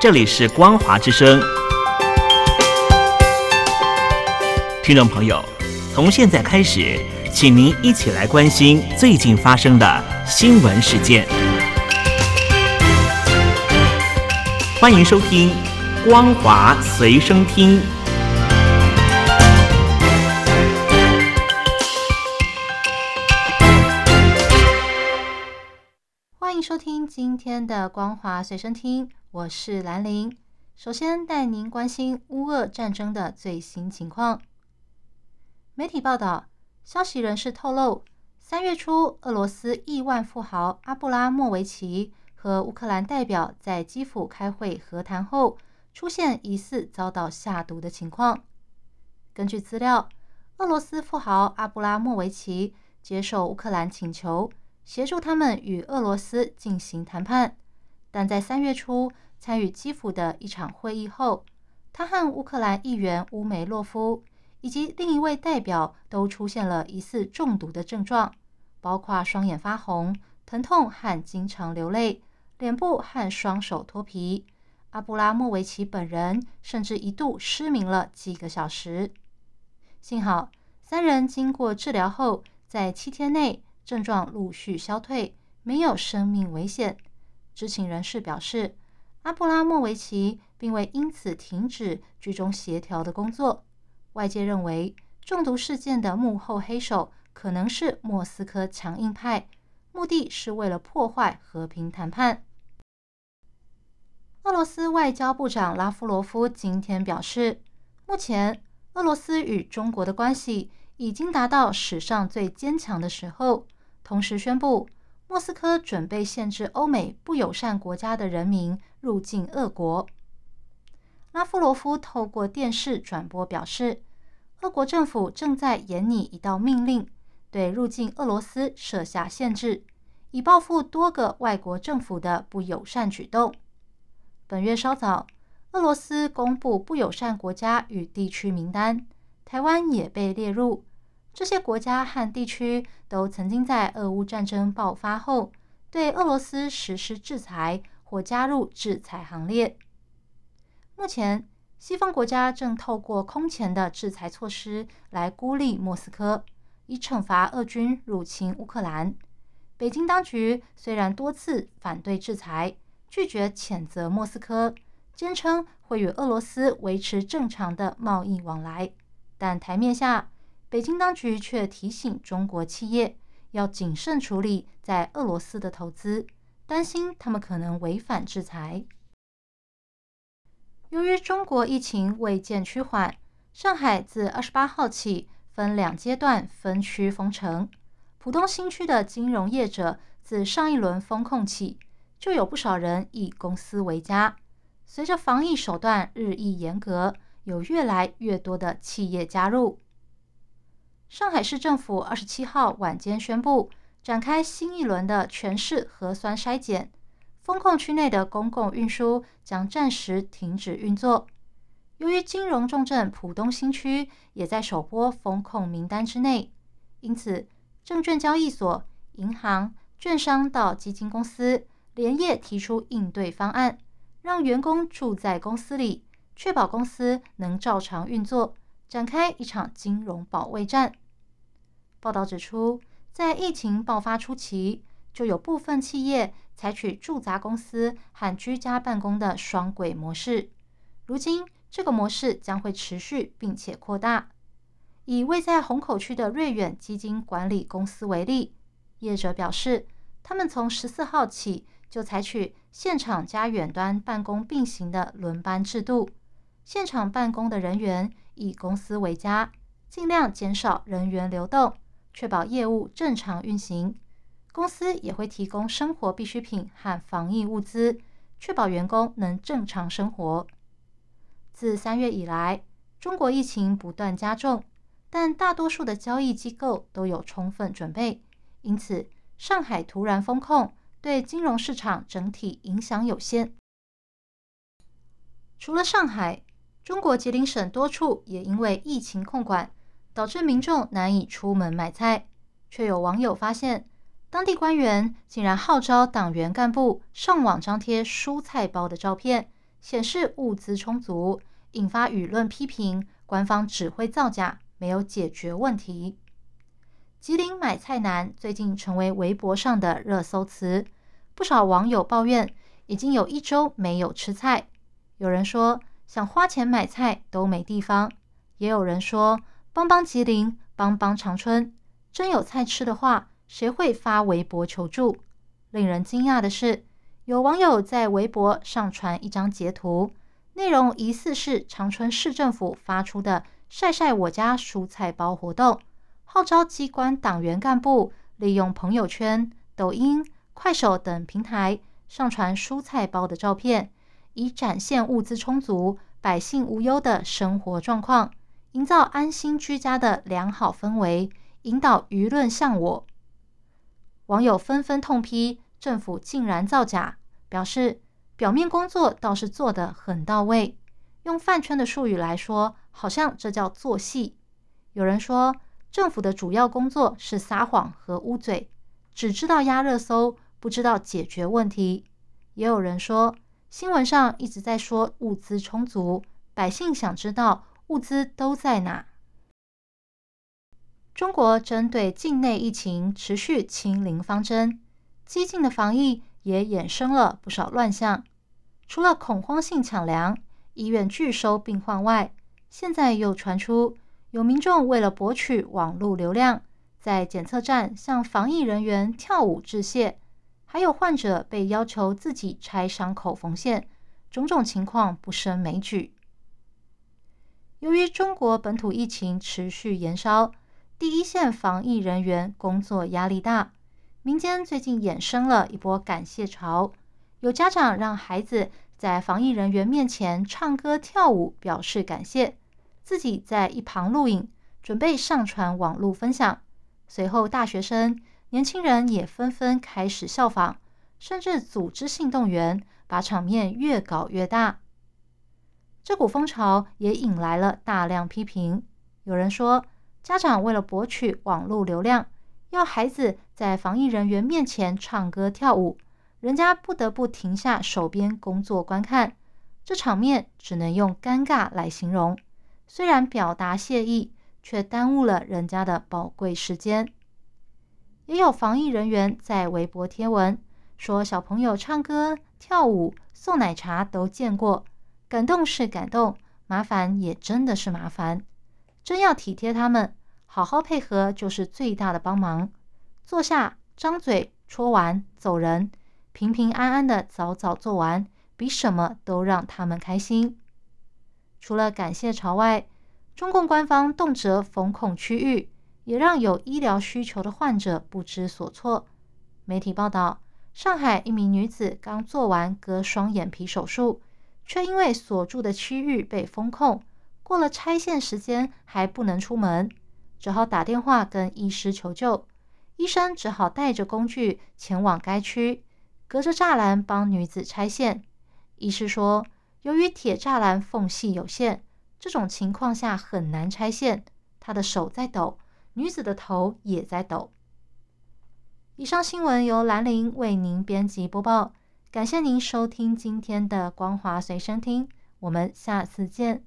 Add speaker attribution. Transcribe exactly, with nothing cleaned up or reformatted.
Speaker 1: 这里是光华之声。听众朋友，从现在开始，请您一起来关心最近发生的新闻事件。欢迎收听光华随声听。
Speaker 2: 欢迎收听今天的光华随身听，我是兰玲。首先带您关心乌俄战争的最新情况。媒体报道，消息人士透露，三月初，俄罗斯亿万富豪阿布拉莫维奇和乌克兰代表在基辅开会和谈后，出现疑似遭到下毒的情况。根据资料，俄罗斯富豪阿布拉莫维奇接受乌克兰请求，协助他们与俄罗斯进行谈判，但在三月初参与基辅的一场会议后，他和乌克兰议员乌梅洛夫以及另一位代表都出现了疑似中毒的症状，包括双眼发红、疼痛和经常流泪，脸部和双手脱皮。阿布拉莫维奇本人甚至一度失明了几个小时。幸好，三人经过治疗后，在七天内症状陆续消退，没有生命危险。知情人士表示，阿布拉莫维奇并未因此停止居中协调的工作。外界认为，中毒事件的幕后黑手可能是莫斯科强硬派，目的是为了破坏和平谈判。俄罗斯外交部长拉夫罗夫今天表示，目前俄罗斯与中国的关系已经达到史上最坚强的时候，同时宣布莫斯科准备限制欧美不友善国家的人民入境俄国。拉夫罗夫透过电视转播表示，俄国政府正在研拟一道命令，对入境俄罗斯设下限制，以报复多个外国政府的不友善举动。本月稍早，俄罗斯公布不友善国家与地区名单，台湾也被列入。这些国家和地区都曾经在俄乌战争爆发后对俄罗斯实施制裁或加入制裁行列。目前，西方国家正透过空前的制裁措施来孤立莫斯科，以惩罚俄军入侵乌克兰。北京当局虽然多次反对制裁，拒绝谴责莫斯科，坚称会与俄罗斯维持正常的贸易往来，但台面下，北京当局却提醒中国企业要谨慎处理在俄罗斯的投资，担心他们可能违反制裁。由于中国疫情未见趋缓，上海自二十八号起分两阶段分区封城。浦东新区的金融业者自上一轮封控起，就有不少人以公司为家。随着防疫手段日益严格，有越来越多的企业加入。上海市政府二十七号晚间宣布，展开新一轮的全市核酸筛检，封控区内的公共运输将暂时停止运作。由于金融重镇浦东新区也在首波封控名单之内，因此证券交易所、银行、券商到基金公司连夜提出应对方案，让员工住在公司里，确保公司能照常运作，展开一场金融保卫战。报道指出，在疫情爆发初期，就有部分企业采取驻杂公司和居家办公的双轨模式。如今，这个模式将会持续并且扩大。以位在虹口区的瑞远基金管理公司为例，业者表示，他们从十四号起就采取现场加远端办公并行的轮班制度。现场办公的人员以公司为家，尽量减少人员流动，确保业务正常运行。公司也会提供生活必需品和防疫物资，确保员工能正常生活。自三月以来，中国疫情不断加重，但大多数的交易机构都有充分准备，因此上海突然封控，对金融市场整体影响有限。除了上海，中国吉林省多处也因为疫情控管，导致民众难以出门买菜，却有网友发现，当地官员竟然号召党员干部上网张贴蔬菜包的照片， 显示物资充足，引发舆论批评，官方只会造假，没有解决问题。吉林买菜难最近成为微博上的热搜词，不少网友抱怨已经有一周没有吃菜。有人说想花钱买菜都没地方，也有人说帮帮吉林，帮帮长春，真有菜吃的话，谁会发微博求助？令人惊讶的是，有网友在微博上传一张截图，内容疑似是长春市政府发出的晒晒我家蔬菜包活动，号召机关党员干部利用朋友圈、抖音、快手等平台上传蔬菜包的照片，以展现物资充足、百姓无忧的生活状况，营造安心居家的良好氛围，引导舆论向我。网友纷纷痛批政府竟然造假，表示表面工作倒是做得很到位，用饭圈的术语来说，好像这叫做戏。有人说政府的主要工作是撒谎和捂嘴，只知道压热搜，不知道解决问题。也有人说新闻上一直在说物资充足，百姓想知道物资都在哪。中国针对境内疫情持续清零方针，激进的防疫也衍生了不少乱象。除了恐慌性抢粮、医院拒收病患外，现在又传出有民众为了博取网络流量，在检测站向防疫人员跳舞致谢，还有患者被要求自己拆伤口缝线，种种情况不胜枚举。由于中国本土疫情持续延烧，第一线防疫人员工作压力大，民间最近衍生了一波感谢潮，有家长让孩子在防疫人员面前唱歌跳舞表示感谢，自己在一旁录影，准备上传网络分享。随后大学生、年轻人也纷纷开始效仿，甚至组织性动员，把场面越搞越大。这股风潮也引来了大量批评，有人说家长为了博取网络流量，要孩子在防疫人员面前唱歌跳舞，人家不得不停下手边工作观看，这场面只能用尴尬来形容。虽然表达谢意，却耽误了人家的宝贵时间。也有防疫人员在微博贴文说，小朋友唱歌、跳舞、送奶茶都见过，感动是感动，麻烦也真的是麻烦。真要体贴他们，好好配合就是最大的帮忙。坐下，张嘴，戳完，走人，平平安安的早早做完，比什么都让他们开心。除了感谢潮外，中共官方动辄封控区域，也让有医疗需求的患者不知所措。媒体报道，上海一名女子刚做完割双眼皮手术，却因为所住的区域被封控，过了拆线时间还不能出门，只好打电话跟医师求救。医生只好带着工具前往该区，隔着栅栏帮女子拆线。医师说，由于铁栅栏缝隙有限，这种情况下很难拆线，他的手在抖，女子的头也在抖。以上新闻由兰陵为您编辑播报，感谢您收听今天的光华随身听，我们下次见。